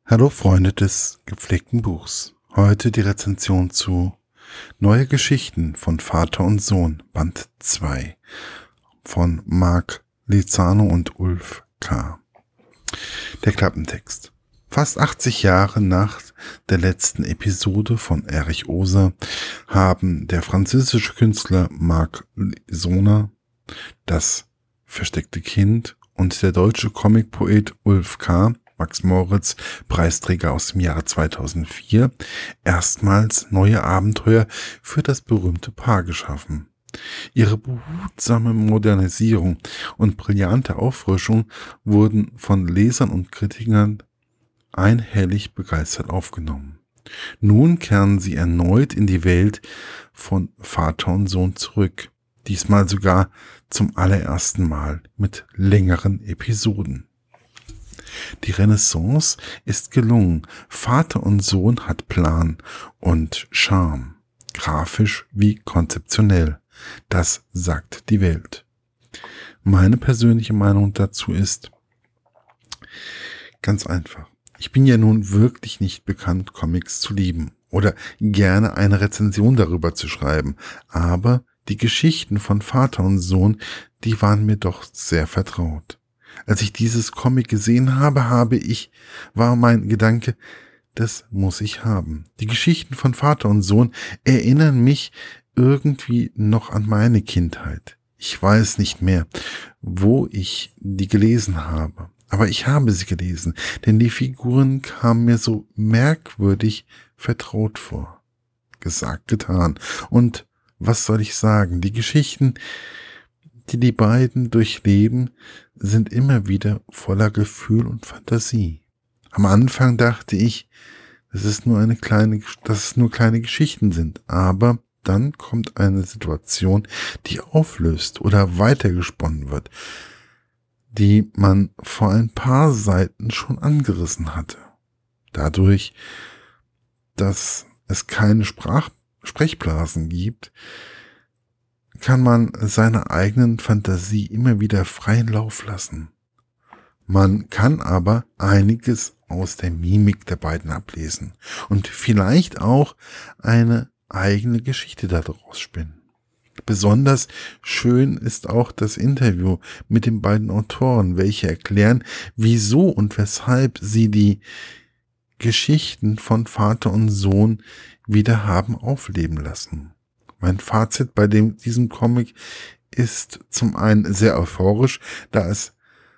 Hallo Freunde des gepflegten Buchs. Heute die Rezension zu Neue Geschichten von Vater und Sohn, Band 2 von Marc Lizano und Ulf K. Der Klappentext. Fast 80 Jahre nach der letzten Episode von Erich Oser haben der französische Künstler Marc Lizano, das versteckte Kind, und der deutsche Comicpoet Ulf K., Max Moritz, Preisträger aus dem Jahre 2004, erstmals neue Abenteuer für das berühmte Paar geschaffen. Ihre behutsame Modernisierung und brillante Auffrischung wurden von Lesern und Kritikern einhellig begeistert aufgenommen. Nun kehren sie erneut in die Welt von Vater und Sohn zurück, diesmal sogar zum allerersten Mal mit längeren Episoden. Die Renaissance ist gelungen. Vater und Sohn hat Plan und Charme, grafisch wie konzeptionell. Das sagt die Welt. Meine persönliche Meinung dazu ist ganz einfach. Ich bin ja nun wirklich nicht bekannt, Comics zu lieben oder gerne eine Rezension darüber zu schreiben, aber die Geschichten von Vater und Sohn, die waren mir doch sehr vertraut. Als ich dieses Comic gesehen habe, war mein Gedanke, das muss ich haben. Die Geschichten von Vater und Sohn erinnern mich irgendwie noch an meine Kindheit. Ich weiß nicht mehr, wo ich die gelesen habe, aber ich habe sie gelesen, denn die Figuren kamen mir so merkwürdig vertraut vor. Gesagt, getan. Und was soll ich sagen? Die Geschichten, die beiden durchleben, sind immer wieder voller Gefühl und Fantasie. Am Anfang dachte ich, dass es nur kleine Geschichten sind, aber dann kommt eine Situation, die auflöst oder weitergesponnen wird, die man vor ein paar Seiten schon angerissen hatte. Dadurch, dass es keine Sprechblasen gibt, kann man seiner eigenen Fantasie immer wieder freien Lauf lassen. Man kann aber einiges aus der Mimik der beiden ablesen und vielleicht auch eine eigene Geschichte daraus spinnen. Besonders schön ist auch das Interview mit den beiden Autoren, welche erklären, wieso und weshalb sie die Geschichten von Vater und Sohn wieder haben aufleben lassen. Mein Fazit bei diesem Comic ist zum einen sehr euphorisch, da es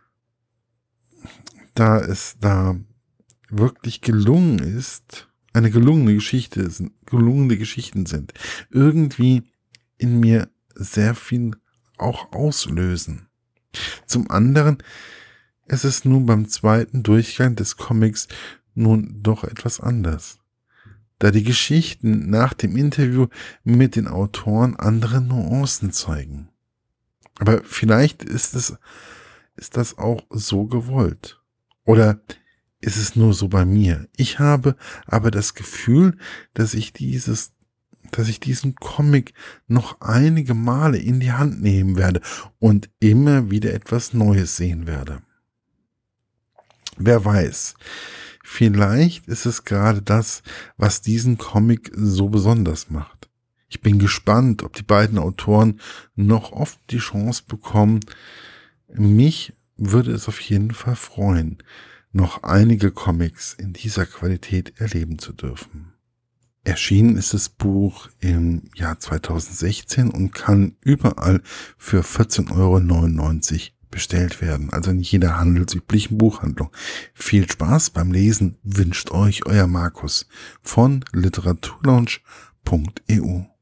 wirklich gelungen ist, gelungene Geschichten sind, irgendwie in mir sehr viel auch auslösen. Zum anderen ist es nun beim zweiten Durchgang des Comics nun doch etwas anders, da die Geschichten nach dem Interview mit den Autoren andere Nuancen zeigen. Aber vielleicht ist das auch so gewollt. Oder ist es nur so bei mir? Ich habe aber das Gefühl, dass ich diesen Comic noch einige Male in die Hand nehmen werde und immer wieder etwas Neues sehen werde. Wer weiß, vielleicht ist es gerade das, was diesen Comic so besonders macht. Ich bin gespannt, ob die beiden Autoren noch oft die Chance bekommen. Mich würde es auf jeden Fall freuen, noch einige Comics in dieser Qualität erleben zu dürfen. Erschienen ist das Buch im Jahr 2016 und kann überall für 14,99 € bestellt werden, also in jeder handelsüblichen Buchhandlung. Viel Spaß beim Lesen wünscht euch euer Markus von literaturlaunch.eu.